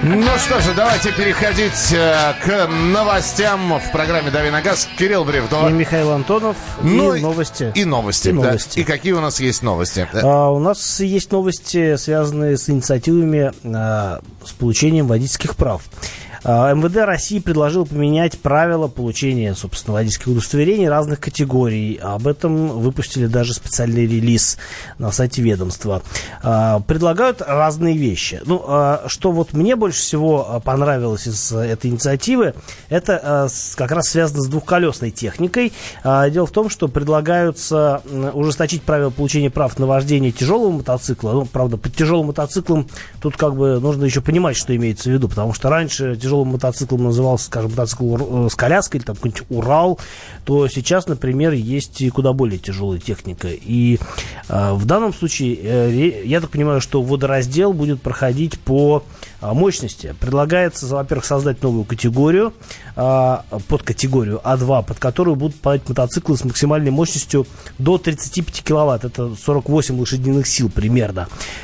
Ну что же, давайте переходить к новостям в программе «Дави на газ». Кирилл Бревдо. И Михаил Антонов. Ну, и новости. И новости. Да. И какие у нас есть новости? У нас есть новости, связанные с инициативами с получением водительских прав. МВД России предложил поменять правила получения, собственно, водительских удостоверений разных категорий. Об этом выпустили даже специальный релиз на сайте ведомства. Предлагают разные вещи. Что вот мне больше всего понравилось из этой инициативы, это как раз связано с двухколесной техникой. Дело в том, что предлагаются ужесточить правила получения прав на вождение тяжелого мотоцикла. Правда, под тяжелым мотоциклом тут как бы нужно еще понимать, что имеется в виду, потому что раньше тяжелым мотоциклом назывался, скажем, мотоцикл с коляской или там какой-нибудь Урал, то сейчас, например, есть и куда более тяжелая техника. И в данном случае, я так понимаю, что водораздел будет проходить по мощности. Предлагается, во-первых, создать новую категорию, подкатегорию А2, под которую будут падать мотоциклы с максимальной мощностью до 35 киловатт. Это 48 лошадиных сил примерно.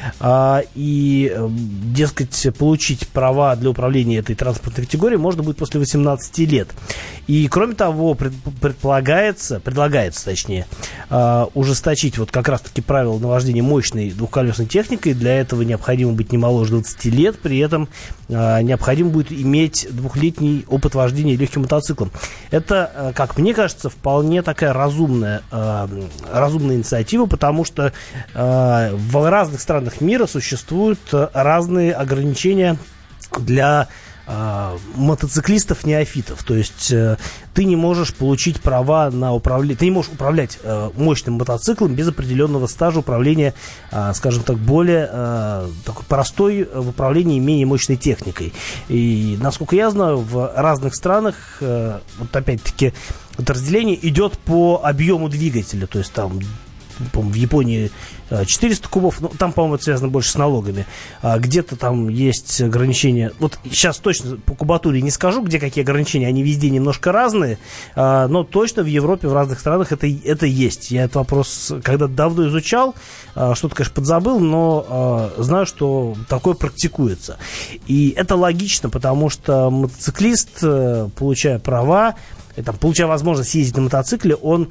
И, дескать, получить права для управления этой транспортной категорией можно будет после 18 лет. И, кроме того, предлагается, ужесточить вот как раз-таки правила на вождение мощной двухколесной техникой. Для этого необходимо быть не моложе 20 лет, при этом необходимо будет иметь 2-летний опыт вождения легким мотоциклом. Это, как мне кажется, вполне такая разумная инициатива, потому что в разных странах мира существуют разные ограничения для мотоциклистов-неофитов. То есть ты не можешь получить права на управление, ты не можешь управлять мощным мотоциклом без определенного стажа управления, скажем так, более такой простой в управлении менее мощной техникой. И, насколько я знаю, в разных странах, вот опять-таки, это разделение идет по объему двигателя. То есть там в Японии 400 кубов, там, по-моему, это связано больше с налогами. Где-то там есть ограничения. Вот сейчас точно по кубатуре не скажу, где какие ограничения, они везде немножко разные, но точно в Европе, в разных странах это есть. Я этот вопрос когда-то давно изучал, что-то, конечно, подзабыл, но знаю, что такое практикуется. И это логично, потому что мотоциклист, получая права, получая возможность ездить на мотоцикле, он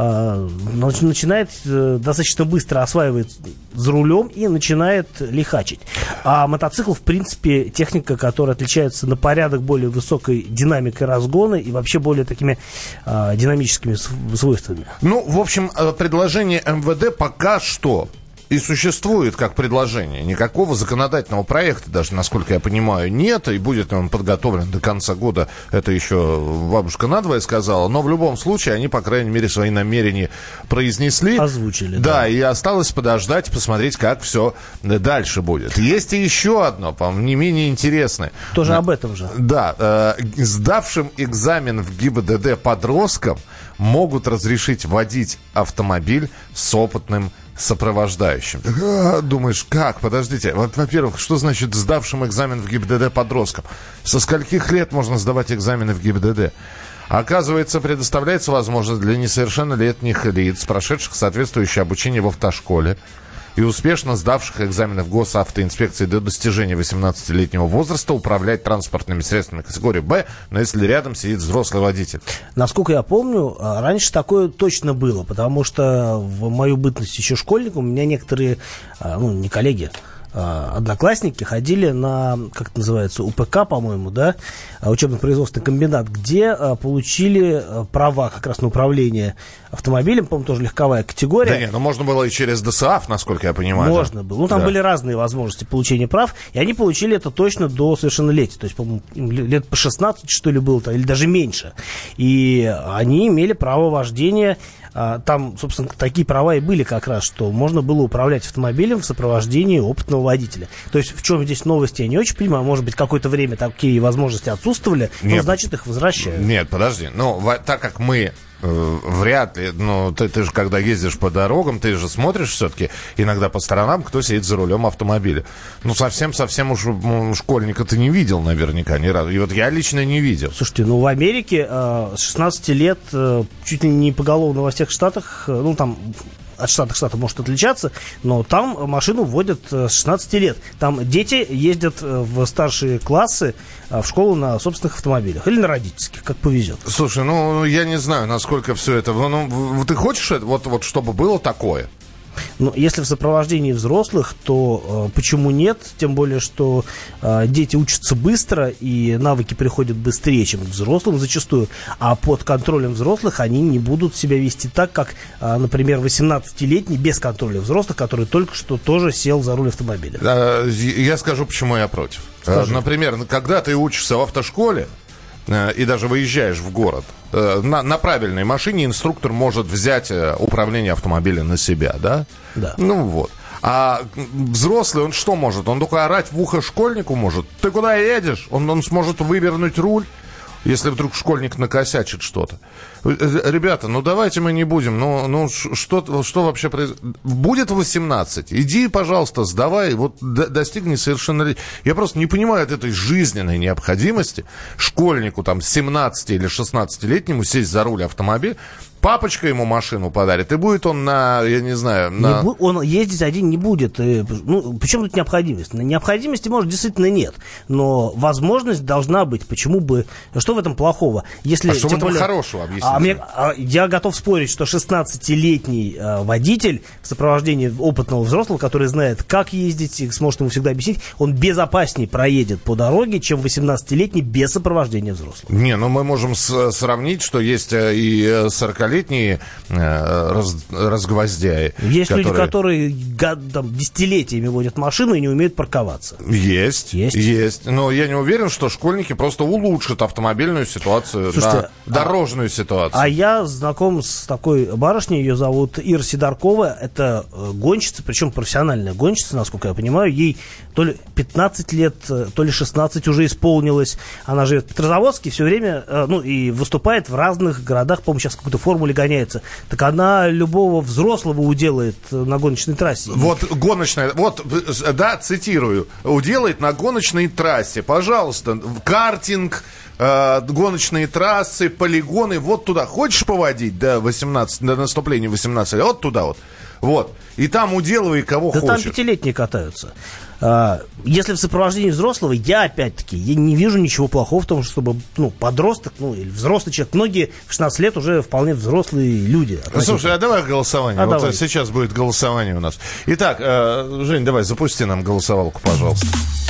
начинает достаточно быстро осваивать за рулем и начинает лихачить. А мотоцикл, в принципе, техника, которая отличается на порядок более высокой динамикой разгона и вообще более такими динамическими свойствами. В общем, предложение МВД пока что и существует как предложение. Никакого законодательного проекта даже, насколько я понимаю, нет. И будет он подготовлен до конца года. Это еще бабушка надвое сказала. Но в любом случае они, по крайней мере, свои намерения произнесли. Озвучили. Да, и осталось подождать, посмотреть, как все дальше будет. Есть и еще одно, по-моему, не менее интересное. Тоже об этом же. Да. Сдавшим экзамен в ГИБДД подросткам могут разрешить водить автомобиль с опытным сопровождающим. Думаешь, как? Подождите. Во-первых, что значит сдавшим экзамен в ГИБДД подросткам? Со скольких лет можно сдавать экзамены в ГИБДД? Оказывается, предоставляется возможность для несовершеннолетних лиц, прошедших соответствующее обучение в автошколе и успешно сдавших экзамены в госавтоинспекции до достижения 18-летнего возраста, управлять транспортными средствами категории «Б», но если рядом сидит взрослый водитель. Насколько я помню, раньше такое точно было, потому что в мою бытность еще школьником у меня некоторые, не коллеги, одноклассники ходили на, как это называется, УПК, по-моему, да, учебно-производственный комбинат, где получили права как раз на управление автомобилем, по-моему, тоже легковая категория. Да нет, можно было и через ДСАФ, насколько я понимаю. Можно было. Там были разные возможности получения прав, и они получили это точно до совершеннолетия. То есть, по-моему, лет по 16, что ли, было, или даже меньше. И они имели право вождения. Там, собственно, такие права и были как раз, что можно было управлять автомобилем в сопровождении опытного водителя. То есть в чем здесь новости, я не очень понимаю. Может быть, какое-то время такие возможности отсутствовали, но значит, их возвращают. Нет, подожди. Так как мы вряд ли, ты же когда ездишь по дорогам, ты же смотришь все-таки иногда по сторонам, кто сидит за рулем автомобиля. Совсем уж школьника ты не видел наверняка ни разу. И вот я лично не видел. Слушайте, в Америке с 16 лет чуть ли не поголовно во всех штатах, там от штата к штату может отличаться, но там машину вводят с 16 лет. Там дети ездят в старшие классы в школу на собственных автомобилях или на родительских, как повезет. Слушай, я не знаю, насколько все это... ты хочешь, вот чтобы было такое? Но если в сопровождении взрослых, то почему нет? Тем более, что дети учатся быстро, и навыки приходят быстрее, чем к взрослым зачастую. А под контролем взрослых они не будут себя вести так, как, например, 18-летний без контроля взрослых, который только что тоже сел за руль автомобиля. Я скажу, почему я против. Скажи. Например, когда ты учишься в автошколе, и даже выезжаешь в город, на правильной машине инструктор может взять управление автомобилем на себя, да? Да. Вот. А взрослый, он что может? Он только орать в ухо школьнику может. Ты куда едешь? Он сможет вывернуть руль, если вдруг школьник накосячит что-то. Ребята, давайте мы не будем. Что вообще происходит? Будет 18. Иди, пожалуйста, сдавай. Достигни совершеннолетия. Я просто не понимаю этой жизненной необходимости школьнику, 17 или 16-летнему сесть за руль автомобиля. Папочка ему машину подарит, и будет он Он ездить один не будет. Почему тут необходимость? Необходимости, может, действительно нет. Но возможность должна быть. Почему бы... Что в этом плохого? Если, что в этом хорошего, объясните? Я готов спорить, что 16-летний водитель в сопровождении опытного взрослого, который знает, как ездить, и сможет ему всегда объяснить, он безопаснее проедет по дороге, чем 18-летний без сопровождения взрослого. Мы можем сравнить, что есть и 40-летние разгвоздяи. Есть люди, которые десятилетиями водят машину и не умеют парковаться. Есть. Но я не уверен, что школьники просто улучшат автомобильную ситуацию, дорожную ситуацию. А я знаком с такой барышней, ее зовут Ира Сидоркова. Это гонщица, причем профессиональная гонщица, насколько я понимаю. Ей то ли 15 лет, то ли 16 уже исполнилось. Она живет в Петрозаводске, все время, и выступает в разных городах, по-моему, сейчас в какой-то формуле гоняется. Так она любого взрослого уделает на гоночной трассе. Цитирую, уделает на гоночной трассе. Пожалуйста, картинг, гоночные трассы, полигоны, вот туда. Хочешь поводить до наступления 18 лет? Вот туда вот. Вот. И там уделывай кого хочешь. Да там пятилетние катаются. Если в сопровождении взрослого, я не вижу ничего плохого в том, чтобы подросток, или взрослый человек, многие в 16 лет уже вполне взрослые люди. Слушай, а давай голосование. Давай. Сейчас будет голосование у нас. Итак, Жень, давай, запусти нам голосовалку, пожалуйста.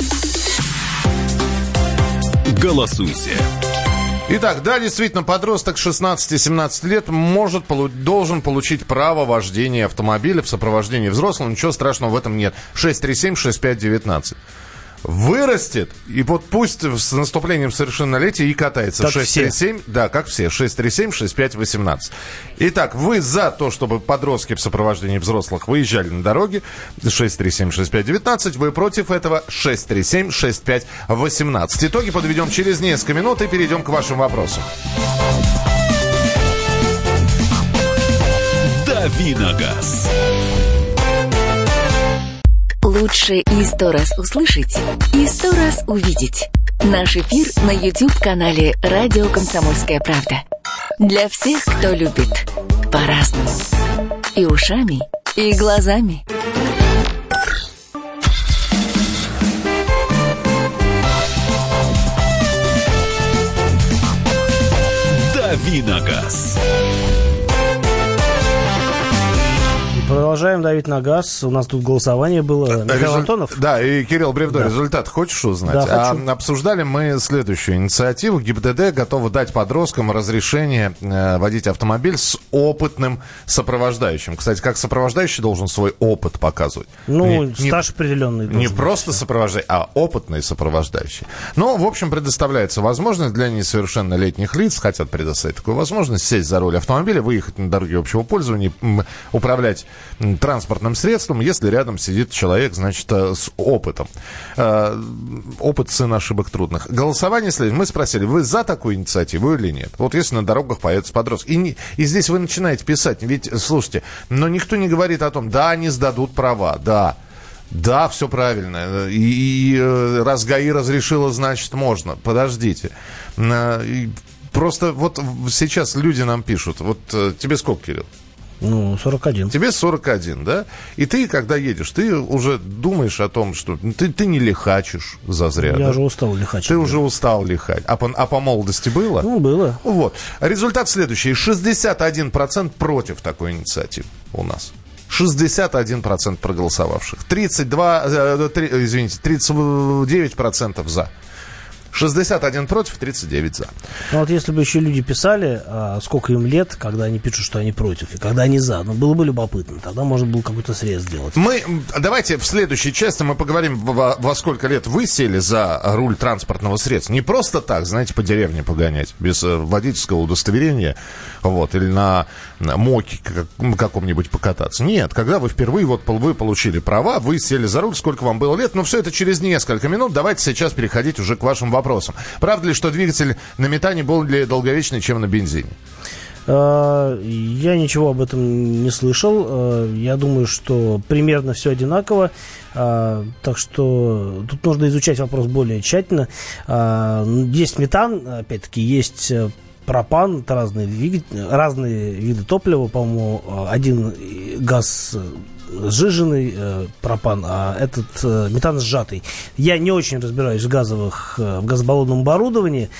Голосуйте. Итак, да, действительно, подросток 16-17 лет должен получить право вождения автомобиля в сопровождении взрослого. Ничего страшного в этом нет. 637-6519. Вырастет, и пусть с наступлением совершеннолетия и катается. Как 637, все. Да, как все. 637-6518. Итак, вы за то, чтобы подростки в сопровождении взрослых выезжали на дороге. 637-6519. Вы против этого. 637-6518. Итоги подведем через несколько минут и перейдем к вашим вопросам. Дави на газ. Лучше и 100 раз услышать, и 100 раз увидеть. Наш эфир на YouTube-канале «Радио Комсомольская правда». Для всех, кто любит по-разному. И ушами, и глазами. Дави на газ. Продолжаем давить на газ. У нас тут голосование было. Михаил Антонов. Да, и Кирилл Бревдо. Да. Результат хочешь узнать? Да, хочу. Обсуждали мы следующую инициативу. ГИБДД готова дать подросткам разрешение водить автомобиль с опытным сопровождающим. Кстати, как сопровождающий должен свой опыт показывать. Стаж определенный. Не просто сопровождающий, а опытный сопровождающий. В общем, предоставляется возможность для несовершеннолетних лиц, хотят предоставить такую возможность, сесть за руль автомобиля, выехать на дороге общего пользования, управлять транспортным средством, если рядом сидит человек, значит, с опытом. Опыт — сын ошибок трудных. Голосование следует. Мы спросили, вы за такую инициативу или нет? Вот если на дорогах появятся подростки. И здесь вы начинаете писать. Ведь, слушайте, но никто не говорит о том, да, они сдадут права, да. Да, все правильно. И раз ГАИ разрешила, значит, можно. Подождите. Просто вот сейчас люди нам пишут. Вот тебе сколько, Кирилл? Ну, 41. Тебе 41, да? И ты, когда едешь, ты уже думаешь о том, что ты не лихачишь зазря. Я уже устал лихачить. Ты уже устал лихать. А по молодости было? Ну, было. Вот. Результат следующий. 61% против такой инициативы у нас. 61% проголосовавших. 39% за. 61 против, 39 за. Ну вот если бы еще люди писали, сколько им лет, когда они пишут, что они против, и когда они за, ну было бы любопытно, тогда можно было какой-то срез сделать. Давайте в следующей части мы поговорим, во сколько лет вы сели за руль транспортного средства. Не просто так, знаете, по деревне погонять, без водительского удостоверения, вот, или на моке каком-нибудь покататься. Нет, когда вы впервые, вот вы получили права, вы сели за руль, сколько вам было лет, но все это через несколько минут. Давайте сейчас переходить уже к вашим вопросам. Правда ли, что двигатель на метане более долговечный, чем на бензине? Я ничего об этом не слышал. Я думаю, что примерно все одинаково. Так что тут нужно изучать вопрос более тщательно. Есть метан, опять-таки, есть пропан, это разные виды топлива. По-моему, один газ сжиженный пропан, а этот метан сжатый. Я не очень разбираюсь в газобаллонном оборудовании.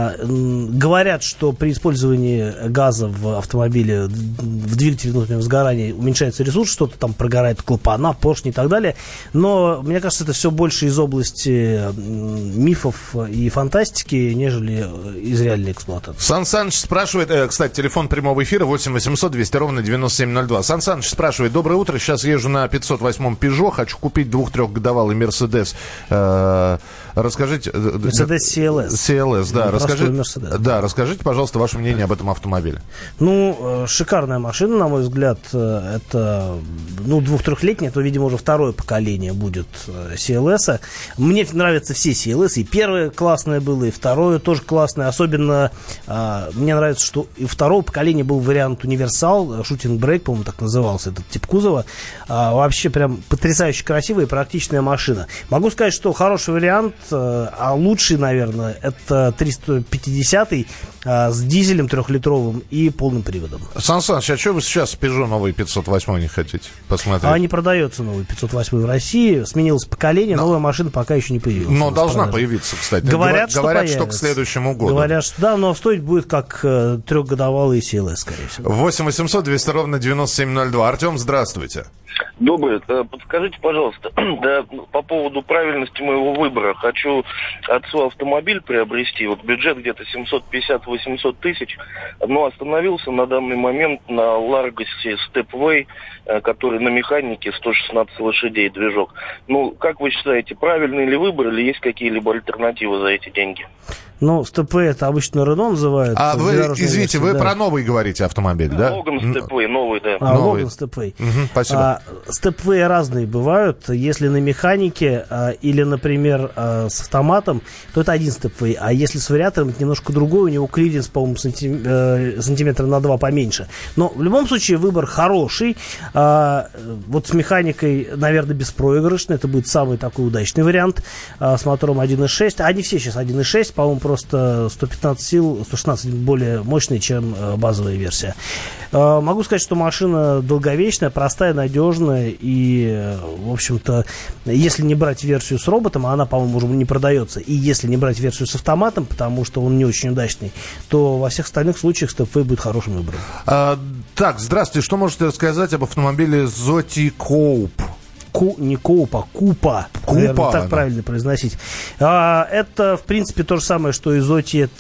Говорят, что при использовании газа в автомобиле, в двигателе внутреннего сгорания уменьшается ресурс, что-то там прогорает, клапана, поршни и так далее. Но мне кажется, это все больше из области мифов и фантастики, нежели из реальной эксплуатации. Сан Саныч спрашивает, кстати, телефон прямого эфира 8 800 200 ровно 9702. Сан Саныч спрашивает: доброе утро, сейчас езжу на 508-м Peugeot, хочу купить 2-3-годовалый Mercedes. Расскажите... Mercedes CLS. CLS, да. Расскажите, пожалуйста, ваше мнение об этом автомобиле. Ну, шикарная машина, на мой взгляд. Это, 2-3-летняя, то, видимо, уже второе поколение будет CLS. Мне нравятся все CLS. И первое классное было, и второе тоже классное. Особенно мне нравится, что и второго поколения был вариант универсал, Shooting Brake, по-моему, так назывался этот тип кузова. Вообще прям потрясающе красивая и практичная машина. Могу сказать, что хороший вариант, а лучший, наверное, это 350-й с дизелем 3-литровым и полным приводом. Сан Саныч, а что вы сейчас Peugeot новый 508 не хотите посмотреть? Не продается новый 508 в России. Сменилось поколение, новая машина пока еще не появилась. Но должна появиться, кстати. Говорят, что к следующему году. Говорят, что да, но стоить будет как 3-годовалый CLS, скорее всего. 8 800 200 ровно 9702. Артем, здравствуйте. Добрый. Подскажите, пожалуйста, по поводу правильности моего выбора. Хочу отцу автомобиль приобрести. Вот бюджет где-то 750-800 тысяч. Но остановился на данный момент на Ларгосе Stepway, который на механике, 116 лошадей движок. Как вы считаете, правильный ли выбор или есть какие-либо альтернативы за эти деньги? Stepway это обычно Renault называют. Вы, извините, вы про новый говорите автомобиль, да? Logan Stepway, новый, да. Logan Stepway. Спасибо. Stepway разные бывают. Если на механике или, например, с автоматом, то это один Stepway. А если с вариатором, это немножко другой. У него клиренс, по-моему, сантиметра на 2 поменьше. Но в любом случае выбор хороший. Вот с механикой, наверное, беспроигрышный. Это будет самый такой удачный вариант. С мотором 1.6. Они все сейчас 1.6. По-моему, просто 115 сил, 116 более мощный, чем базовая версия. Могу сказать, что машина долговечная, простая, надежная. И, в общем-то, если не брать версию с роботом, а она, по-моему, уже не продается, и если не брать версию с автоматом, потому что он не очень удачный, то во всех остальных случаях Stepway будет хорошим выбором. Так, здравствуйте. Что можете рассказать об автомобиле Zoti Coupe? Не Коуп, а Купа. Наверное, так правильно произносить. Это, в принципе, то же самое, что и Zoti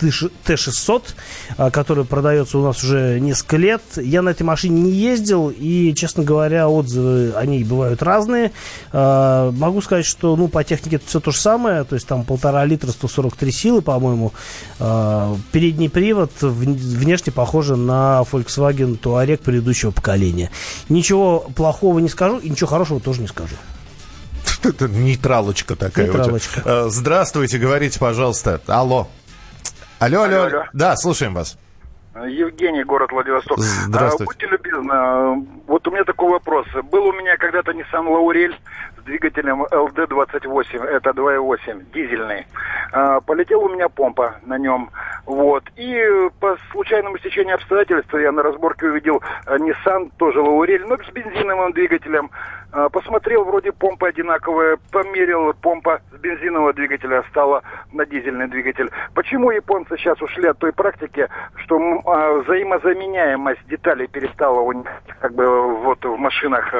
T600, который продается у нас уже несколько лет. Я на этой машине не ездил, и, честно говоря, отзывы о ней бывают разные. Могу сказать, что по технике это все то же самое. То есть там 1,5 литра, 143 силы, по-моему. Передний привод внешне похоже на Volkswagen Touareg предыдущего поколения. Ничего плохого не скажу, и ничего хорошего тоже не скажу. Это нейтралочка такая. Нейтралочка. Здравствуйте, говорите, пожалуйста. Алло. Алло. Да, слушаем вас. Евгений, город Владивосток. Здравствуйте. Будьте любезны, вот у меня такой вопрос. Был у меня когда-то Nissan Laurel с двигателем LD28, это 2.8, дизельный. Полетела у меня помпа на нем. Вот. И по случайному стечению обстоятельств я на разборке увидел Nissan, тоже Лаурель, но с бензиновым двигателем. Посмотрел, вроде помпа одинаковая, померил, помпа с бензинового двигателя стала на дизельный двигатель. Почему японцы сейчас ушли от той практики, что взаимозаменяемость деталей перестала у них, как бы, вот в машинах...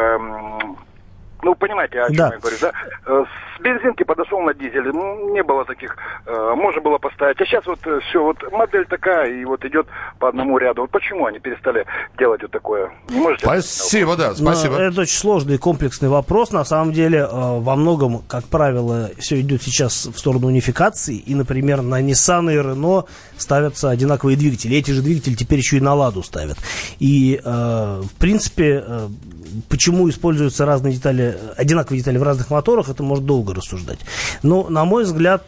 Ну, понимаете, о чем я говорю, да? С бензинки подошел на дизель, не было таких, можно было поставить. А сейчас вот все, вот модель такая, и вот идет по одному ряду. Вот почему они перестали делать вот такое? Не можете? Спасибо, да, спасибо. Но это очень сложный и комплексный вопрос. На самом деле, во многом, как правило, все идет сейчас в сторону унификации. И, например, на Nissan и Renault ставятся одинаковые двигатели. Эти же двигатели теперь еще и на Ладу ставят. И, в принципе... Почему используются разные детали, одинаковые детали в разных моторах, это может долго рассуждать. Но, на мой взгляд,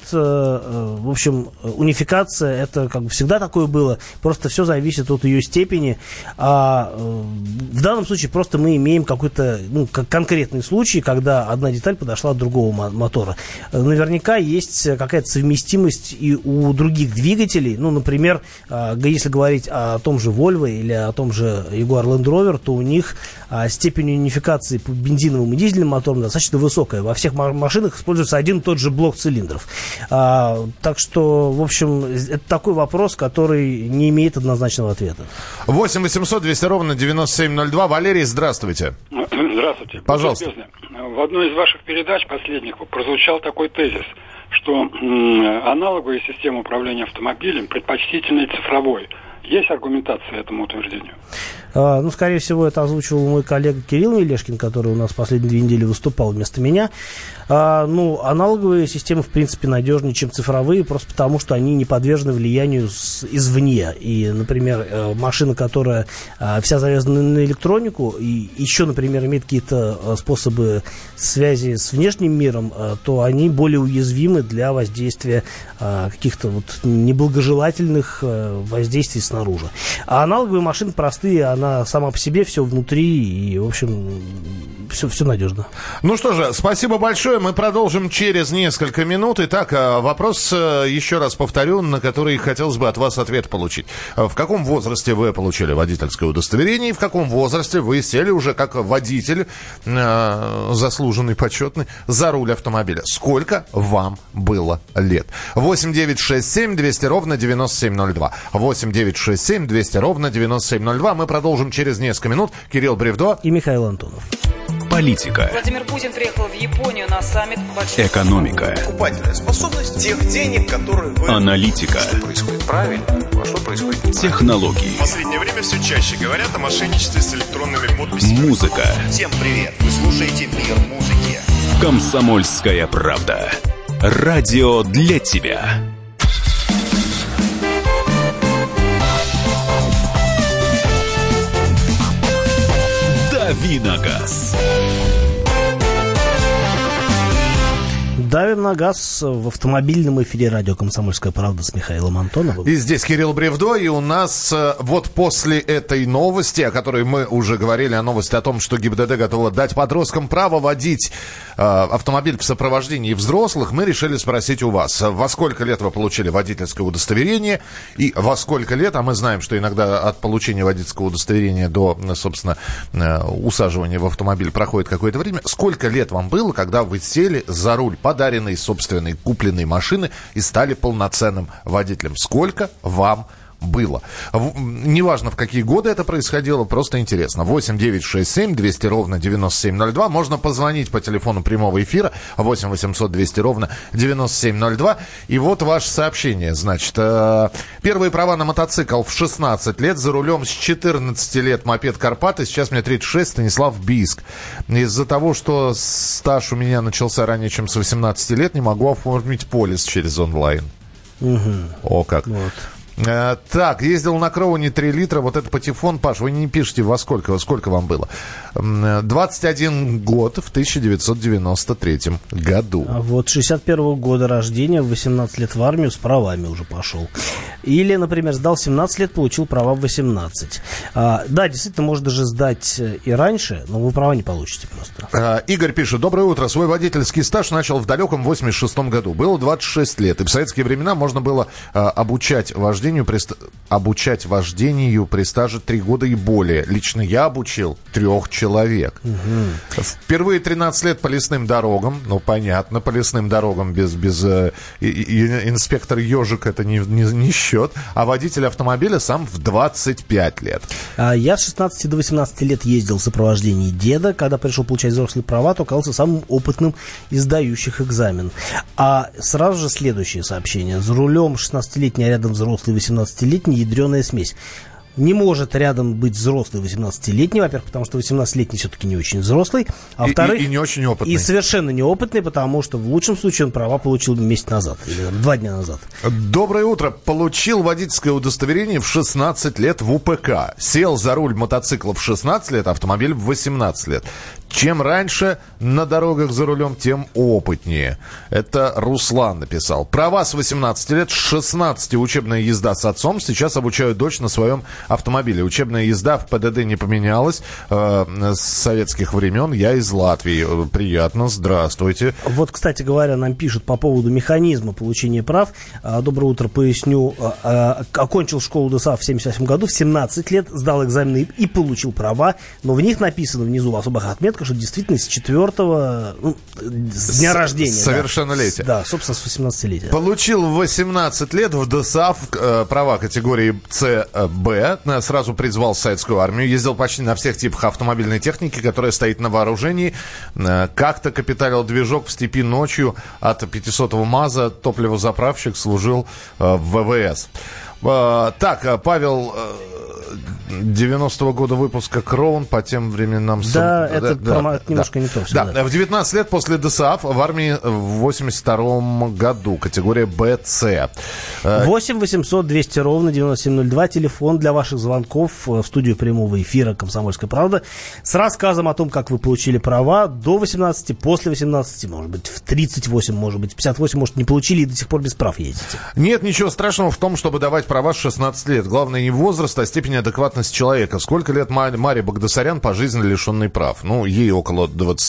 в общем, унификация, это как бы всегда такое было, просто все зависит от ее степени. А в данном случае просто мы имеем какой-то конкретный случай, когда одна деталь подошла от другого мотора. Наверняка есть какая-то совместимость и у других двигателей. Ну, например, если говорить о том же Volvo или о том же Jaguar Land Rover, то у них степень унификации по бензиновым и дизельным моторам достаточно высокая. Во всех машинах используется один и тот же блок цилиндров. Так что, в общем, это такой вопрос, который не имеет однозначного ответа. 8 800 200 ровно 9702. Валерий, здравствуйте. Здравствуйте. Пожалуйста. В одной из ваших передач последних прозвучал такой тезис, что аналоговая система управления автомобилем предпочтительнее цифровой. Есть аргументация этому утверждению? Ну, скорее всего, это озвучивал мой коллега Кирилл Мелешкин, который у нас последние 2 недели выступал вместо меня. Ну, аналоговые системы, в принципе, надежнее, чем цифровые, просто потому, что они не подвержены влиянию извне. И, например, машина, которая вся завязана на электронику, и еще, например, имеет какие-то способы связи с внешним миром, то они более уязвимы для воздействия каких-то вот неблагожелательных воздействий снаружи. А аналоговые машины простые, она сама по себе, все внутри, и, в общем, все надежно. Ну что же, спасибо большое. Мы продолжим через несколько минут. Итак, вопрос, еще раз повторю, на который хотелось бы от вас ответ получить. В каком возрасте вы получили водительское удостоверение и в каком возрасте вы сели уже как водитель, заслуженный, почетный, за руль автомобиля? Сколько вам было лет? 8 9 6 7 200 ровно 9702. 8 9 6 7 200 ровно 9702. Мы продолжим через несколько минут. Кирилл Бревдо и Михаил Антонов. Политика. Владимир Путин приехал в Японию на саммит. Экономика. Покупательная способность тех денег, которые вы... Аналитика. Что происходит правильно, а что происходит неправильно. Технологии. В последнее время все чаще говорят о мошенничестве с электронными подписями. Музыка. Всем привет. Вы слушаете «Мир музыки». Комсомольская правда. Радио для тебя. Давиногаз. Давим на газ в автомобильном эфире радио «Комсомольская правда» с Михаилом Антоновым. И здесь Кирилл Бревдо, и у нас вот после этой новости, о которой мы уже говорили, о новости о том, что ГИБДД готова дать подросткам право водить автомобиль в сопровождении взрослых, мы решили спросить у вас, во сколько лет вы получили водительское удостоверение и во сколько лет, а мы знаем, что иногда от получения водительского удостоверения до, собственно, усаживания в автомобиль проходит какое-то время, сколько лет вам было, когда вы сели за руль подаренной, собственной, купленной машины и стали полноценным водителем? Сколько вам было? Неважно, в какие годы это происходило, просто интересно. 8 9 6 7 200 ровно 9702. Можно позвонить по телефону прямого эфира 8 800 200 ровно 9702. И вот ваше сообщение. Значит, первые права на мотоцикл в 16 лет, за рулем с 14 лет мопед «Карпаты». Сейчас мне 36, Станислав, Бийск. Из-за того, что стаж у меня начался ранее, чем с 18 лет, не могу оформить полис через онлайн. О, как. Вот. Так, ездил на Кроуне 3 литра, вот это патефон. Паш, вы не пишете, во сколько вам было. 21 год в 1993 году. А вот 61-го года рождения, в 18 лет в армию, с правами уже пошел. Или, например, сдал 17 лет, получил права в 18. Да, действительно, можно даже сдать и раньше, но вы права не получите просто. Игорь пишет: доброе утро. Свой водительский стаж начал в далеком 86-м году. Было 26 лет. И в советские времена можно было обучать вождению обучать вождению при стаже 3 года и более. Лично я обучил 3 человек. Впервые 13 лет по лесным дорогам. Ну, понятно, по лесным дорогам без инспектор Ежик это не счет. А водитель автомобиля сам в 25 лет. Я с 16 до 18 лет ездил в сопровождении деда. Когда пришел получать взрослые права, то оказался самым опытным из сдающих экзамен. А сразу же следующее сообщение. За рулем 16-летний, а рядом взрослый 18-летний, ядреная смесь. Не может рядом быть взрослый 18-летний, во-первых, потому что 18-летний все-таки не очень взрослый, а во-вторых... И не очень опытный. И совершенно неопытный, потому что в лучшем случае он права получил месяц назад, или 2 дня назад. Доброе утро. Получил водительское удостоверение в 16 лет в УПК. Сел за руль мотоцикла в 16 лет, автомобиль в 18 лет. Чем раньше на дорогах за рулем, тем опытнее. Это Руслан написал. Права с 18 лет, с 16 учебная езда с отцом. Сейчас обучаю дочь на своем автомобиле. Учебная езда в ПДД не поменялась с советских времен. Я из Латвии. Приятно, здравствуйте. Вот, кстати говоря, нам пишут по поводу механизма получения прав. Доброе утро, поясню. Окончил школу ДСА в 1978 году, в 17 лет сдал экзамены и получил права. Но в них написано внизу в особых отметках, что действительно с 4-го, с дня рождения. Совершеннолетия. Да, собственно, с 18-летия. Получил в 18 лет в ДСАФ права категории С-Б. Сразу призвал в советскую армию. Ездил почти на всех типах автомобильной техники, которая стоит на вооружении. Как-то капиталил движок в степи ночью от 500-го МАЗа. Топливозаправщик, служил в ВВС. Так, Павел... 90-го года выпуска «Кроун» по тем временам... Да, это немножко не то. Да, в 19 лет после ДСАФ в армии в 82-м году, категория БЦ. 8 800 200 ровно 9702, телефон для ваших звонков в студию прямого эфира «Комсомольская правда» с рассказом о том, как вы получили права до 18, после 18, может быть, в 38, может быть, в 58, может, не получили и до сих пор без прав ездите. Нет ничего страшного в том, чтобы давать права с 16 лет. Главное не возраст, а степень адекватности человека. Сколько лет Маре Багдасарян пожизненно лишенной прав? Ну, ей около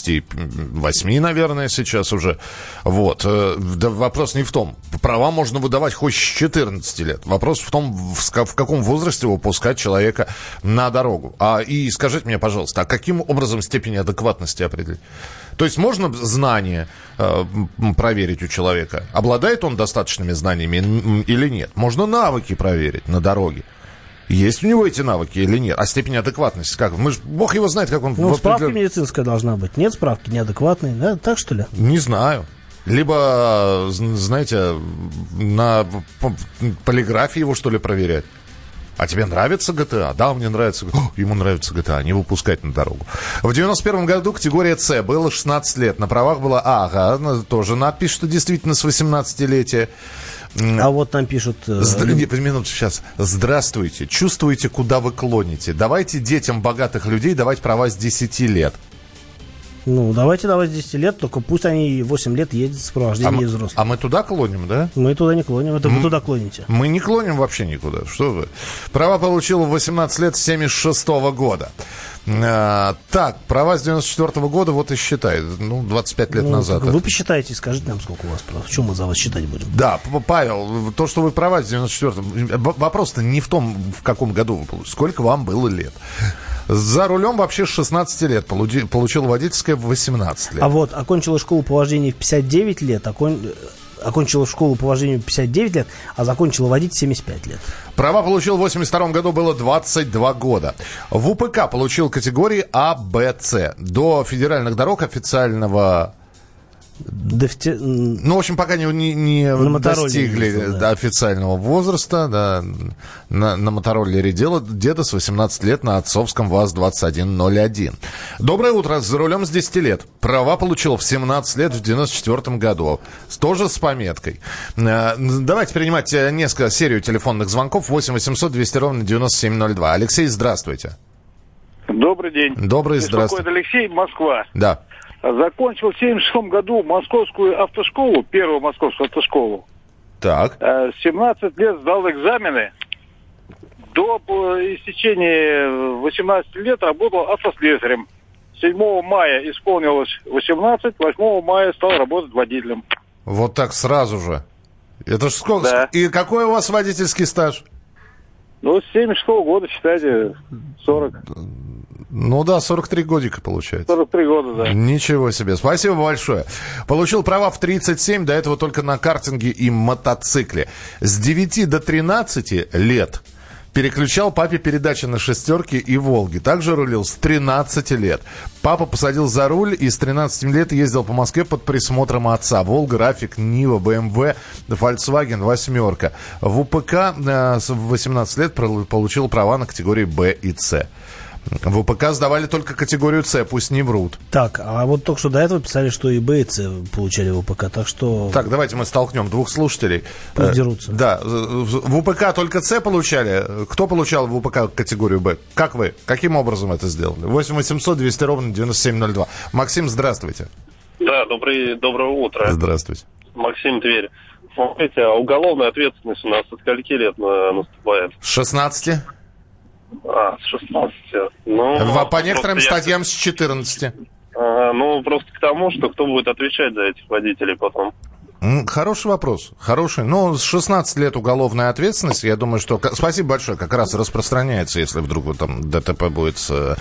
28, наверное, сейчас уже. Вот. Да, вопрос не в том. Права можно выдавать хоть с 14 лет. Вопрос в том, в каком возрасте выпускать человека на дорогу. И скажите мне, пожалуйста, а каким образом степень адекватности определить? То есть можно знания проверить у человека? Обладает он достаточными знаниями или нет? Можно навыки проверить на дороге. Есть у него эти навыки или нет? А степень адекватности как? Бог его знает, как он... Справка медицинская должна быть. Нет справки неадекватной, да? Так что ли? Не знаю. Либо, знаете, на полиграфе его, что ли, проверять. А тебе нравится GTA? Да, мне нравится. Ему нравится GTA. Не выпускать на дорогу. В 91-м году категория С. Было 16 лет. На правах была тоже надпись, что действительно с 18-летия. А вот нам пишут... Минуту сейчас. Здравствуйте. Чувствуете, куда вы клоните? Давайте детям богатых людей давать права с 10 лет. Ну, давайте давать с 10 лет, только пусть они 8 лет ездят в сопровождении взрослых. А мы туда клоним, да? Мы туда не клоним, это вы туда клоните. Мы не клоним вообще никуда. Что вы? Права получил в 18 лет с 76-го года. Так, права с 94-го года, вот и считай. 25 лет назад. Вы посчитайте и скажите нам, сколько у вас прав. Чем мы за вас считать будем? Да, Павел, то, что вы права с 94-го... Вопрос-то не в том, в каком году вы получили. Сколько вам было лет? За рулем вообще с 16 лет. Получил водительское в 18 лет. А вот, окончила школу по вождению в 59 лет, окончила школу по вождению в 59 лет, а закончила водить в 75 лет. Права получил в 82 году, было 22 года. В УПК получил категории А, Б, С. До федеральных дорог официального... в общем, пока не достигли официального возраста. Да, на мотороллере деда с 18 лет на отцовском ВАЗ-2101. Доброе утро. За рулем с 10 лет. Права получил в 17 лет в 94 году. Тоже с пометкой. Давайте принимать несколько серию телефонных звонков. 8 800 200 ровно 9702. Алексей, здравствуйте. Добрый день. Добрый, здравствуйте. Алексей, Москва. Да. Закончил в 1976 году московскую автошколу, первую московскую автошколу. Так. 17 лет сдал экзамены. До истечения 18 лет работал автослесарем. 7 мая исполнилось 18, 8 мая стал работать водителем. Вот так сразу же. Это ж сколько? Да. И какой у вас водительский стаж? Ну, с 76-го года, считайте, 40. Ну да, 43 годика получается. 43 года, да. Ничего себе. Спасибо большое. Получил права в 37, до этого только на картинге и мотоцикле. С 9 до 13 лет переключал папе передачи на «шестерки» и «Волги». Также рулил с 13 лет. Папа посадил за руль и с 13 лет ездил по Москве под присмотром отца. «Волга», «Рафик», «Нива», «БМВ», «Фольксваген», «восьмерка». В УПК с 18 лет получил права на категории «Б» и «С». В УПК сдавали только категорию «С», пусть не врут. Так, а вот только что до этого писали, что и Б, и С получали в УПК, так что... Так, давайте мы столкнем двух слушателей. Пусть дерутся. Да, в УПК только «С» получали. Кто получал в УПК категорию «Б»? Как вы? Каким образом это сделали? 8 800 200 ровно 9702. Максим, здравствуйте. Да, доброго утра. Здравствуйте. Максим, Тверь. Смотрите, а уголовная ответственность у нас со скольки лет наступает? С 16. С 16. Ну, по некоторым статьям с 14. Ну, просто к тому, что кто будет отвечать за этих водителей потом. Хороший вопрос. Хороший. Ну, с 16 лет уголовная ответственность, я думаю, что... Спасибо большое. Как раз распространяется, если вдруг вот там ДТП будет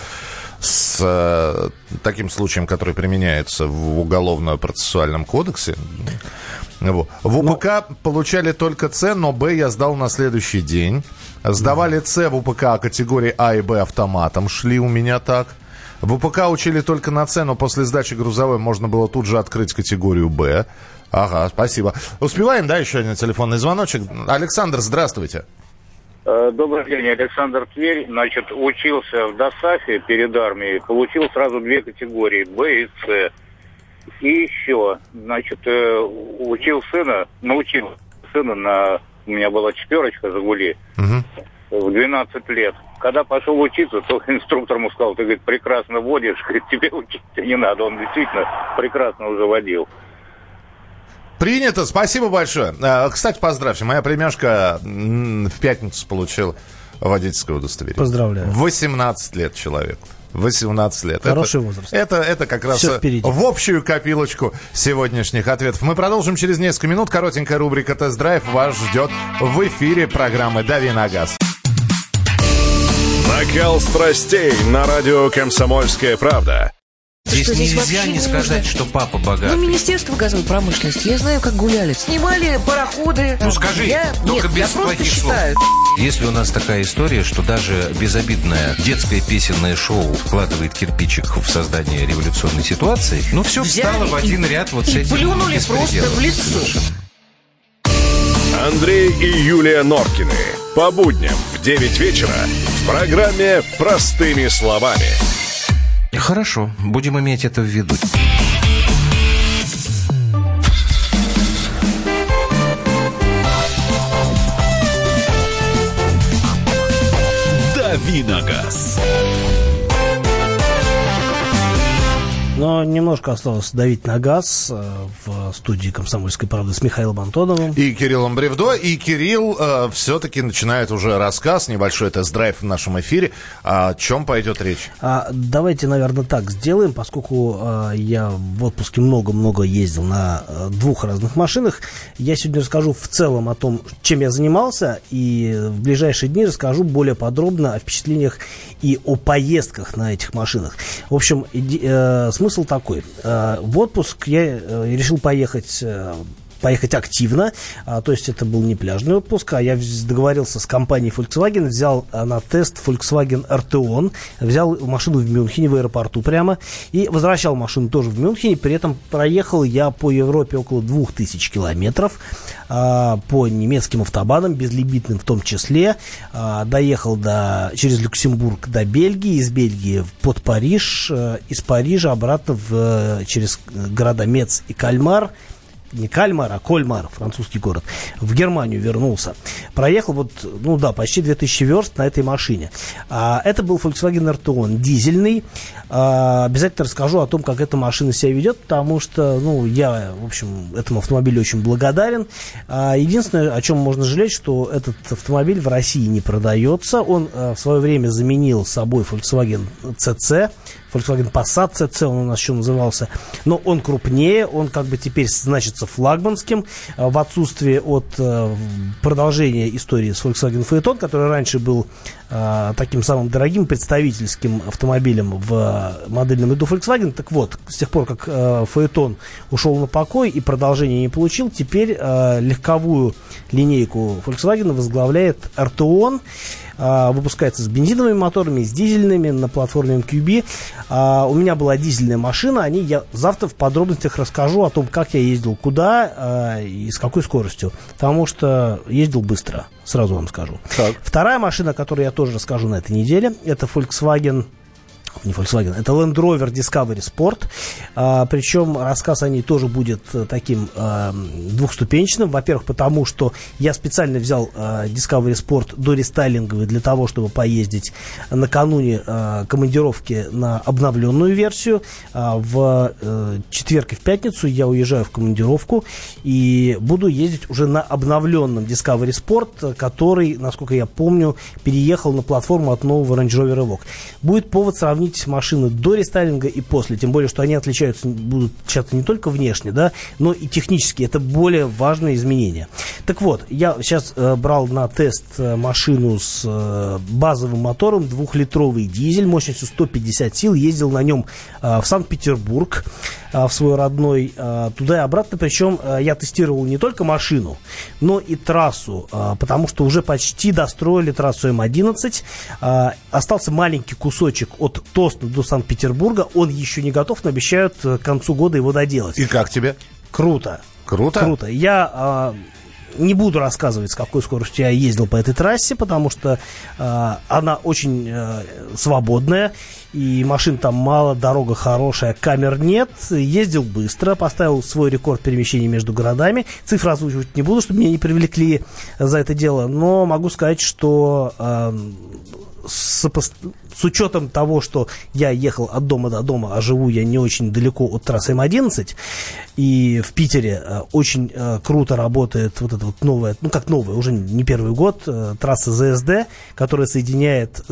с таким случаем, который применяется в Уголовно-процессуальном кодексе. В УПК получали только «С», но «Б» я сдал на следующий день. Сдавали «С» в УПК категории А и Б автоматом. Шли у меня так. В УПК учили только на «С», но после сдачи грузовой можно было тут же открыть категорию «Б». Ага, спасибо. Успеваем, да, еще один телефонный звоночек? Александр, здравствуйте. Добрый день, Александр, Тверь. Значит, учился в ДОСАФе перед армией. Получил сразу две категории, Б и С. И еще, значит, научил сына у меня была четверочка «Жигули» в 12 лет. Когда пошел учиться, то инструктор ему сказал: ты, говорит, прекрасно водишь, говорит, тебе учиться не надо. Он действительно прекрасно уже водил. Принято, спасибо большое. Кстати, поздравьте, моя племяшка в пятницу получила водительское удостоверение. Поздравляю. 18 лет человеку. 18 лет. Хороший возраст. Это как раз в общую копилочку сегодняшних ответов. Мы продолжим через несколько минут. Коротенькая рубрика «Тест-драйв» вас ждет в эфире программы «Дави на газ». Накал страстей на радио «Комсомольская правда». Здесь нельзя не сказать, что папа богатый. Ну, Министерство газовой промышленности, я знаю, как гуляли. Снимали пароходы. Ну, скажи, только без плохих слов. Если у нас такая история, что даже безобидное детское песенное шоу вкладывает кирпичик в создание революционной ситуации, ну, все встало в один ряд вот с этим. Плюнули просто в лицо. Андрей и Юлия Норкины. По будням в 9 вечера в программе «Простыми словами». Хорошо, будем иметь это в виду. Дави на газ. Но немножко осталось давить на газ в студии «Комсомольской правды» с Михаилом Антоновым. И Кириллом Бревдо. И Кирилл все-таки начинает уже рассказ, небольшой тест-драйв в нашем эфире. О чем пойдет речь? Давайте, наверное, так сделаем, поскольку я в отпуске много-много ездил на двух разных машинах. Я сегодня расскажу в целом о том, чем я занимался, и в ближайшие дни расскажу более подробно о впечатлениях и о поездках на этих машинах. В общем, смысл такой. В отпуск я решил поехать активно, то есть это был не пляжный отпуск, а я договорился с компанией Volkswagen, взял на тест Volkswagen Arteon, взял машину в Мюнхене, в аэропорту прямо, и возвращал машину тоже в Мюнхене, при этом проехал я по Европе около 2000 километров, по немецким автобанам, безлимитным в том числе, доехал через Люксембург до Бельгии, из Бельгии под Париж, из Парижа обратно через города Мец и Кальмар, не Кальмар, а Кольмар, французский город, в Германию вернулся. Проехал почти 2000 верст на этой машине. Это был Volkswagen Arteon, дизельный. Обязательно расскажу о том, как эта машина себя ведет, потому что, я, в общем, этому автомобилю очень благодарен. Единственное, о чем можно жалеть, что этот автомобиль в России не продается. Он в свое время заменил собой Volkswagen CC, Volkswagen Passat CC он у нас еще назывался, но он крупнее, он теперь значится окажется флагманским в отсутствии от продолжения истории с Volkswagen Phaeton, который раньше был таким самым дорогим представительским автомобилем в модельном ряду Volkswagen. Так вот, с тех пор, как Phaeton ушел на покой и продолжение не получил, теперь легковую линейку Volkswagen возглавляет Arteon. Выпускается с бензиновыми моторами, с дизельными на платформе MQB. У меня была дизельная машина. Я завтра в подробностях расскажу о том, как я ездил, куда и с какой скоростью. Потому что ездил быстро, сразу вам скажу. Так. Вторая машина, о которой я тоже расскажу на этой неделе, это не Volkswagen, это Land Rover Discovery Sport. Причем рассказ о ней тоже будет таким двухступенчатым. Во-первых, потому что я специально взял Discovery Sport дорестайлинговый для того, чтобы поездить накануне командировки на обновленную версию. В четверг и в пятницу я уезжаю в командировку и буду ездить уже на обновленном Discovery Sport, который, насколько я помню, переехал на платформу от нового Range Rover Evoque. Будет повод сравнить машины до рестайлинга и после, тем более, что они будут отличаться не только внешне, да, но и технически. Это более важные изменения. Так вот, я сейчас брал на тест машину с базовым мотором, 2-литровый дизель мощностью 150 сил, ездил на нем в Санкт-Петербург, в свой родной, туда и обратно. Причем я тестировал не только машину, но и трассу, потому что уже почти достроили трассу М11. Остался маленький кусочек от Тосна до Санкт-Петербурга. Он еще не готов, но обещают к концу года его доделать. И как тебе? Круто. Круто? Я не буду рассказывать, с какой скоростью я ездил по этой трассе, потому что она очень свободная, и машин там мало, дорога хорошая, камер нет. Ездил быстро, поставил свой рекорд перемещения между городами. Цифры озвучивать не буду, чтобы меня не привлекли за это дело, но могу сказать, что с учетом того, что я ехал от дома до дома, а живу я не очень далеко от трассы М11, и в Питере очень круто работает вот эта вот новая, уже не первый год, трасса ЗСД, которая соединяет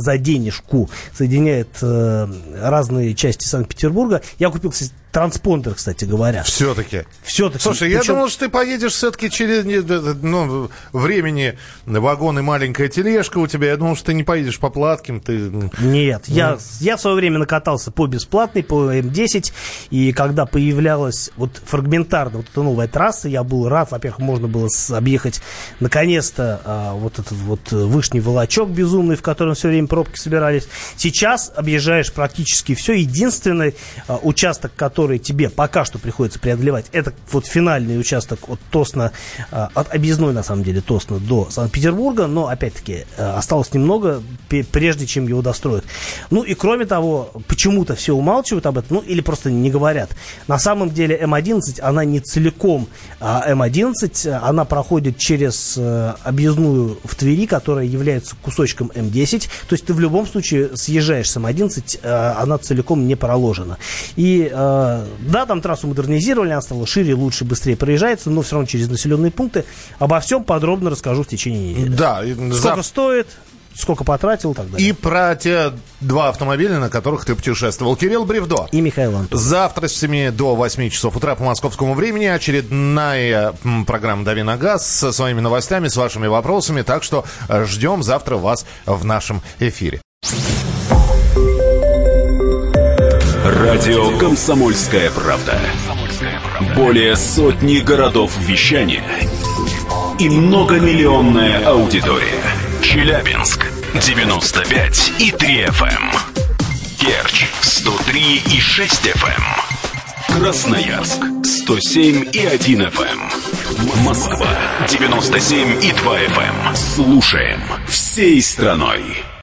разные части Санкт-Петербурга. Я купил, кстати, транспондер, кстати говоря. Все-таки. Слушай, я думал, что ты поедешь все-таки через времени вагон и маленькая тележка у тебя. Я думал, что ты не поедешь по платким. Нет, я в свое время накатался по бесплатной, по М10, и когда появлялась вот фрагментарно вот эта новая трасса, я был рад. Во-первых, можно было объехать наконец-то вот этот вот Вышний Волочок безумный, в котором все время пробки собирались. Сейчас объезжаешь практически все. Единственный участок, который тебе пока что приходится преодолевать, это вот финальный участок от Тосна, от объездной, на самом деле, Тосна до Санкт-Петербурга, но, опять-таки, осталось немного, прежде чем его достроят. Ну, и кроме того, почему-то все умалчивают об этом, или просто не говорят. На самом деле, М11, она не целиком М11, она проходит через объездную в Твери, которая является кусочком М10, то есть ты в любом случае съезжаешь с М11, она целиком не проложена. И да, там трассу модернизировали, она стала шире, лучше, быстрее проезжается, но все равно через населенные пункты. Обо всем подробно расскажу в течение недели. Да. Сколько стоит, сколько потратил и так далее. И про те два автомобиля, на которых ты путешествовал. Кирилл Бревдо. И Михаил Антонов. Завтра с 7 до 8 часов утра по московскому времени очередная программа «Дави на газ» со своими новостями, с вашими вопросами. Так что ждем завтра вас в нашем эфире. Радио «Комсомольская правда». Более сотни городов вещания и многомиллионная аудитория. Челябинск 95,3 FM. Керчь 103,6 FM. Красноярск 107,1 FM. Москва 97,2 FM. Слушаем всей страной.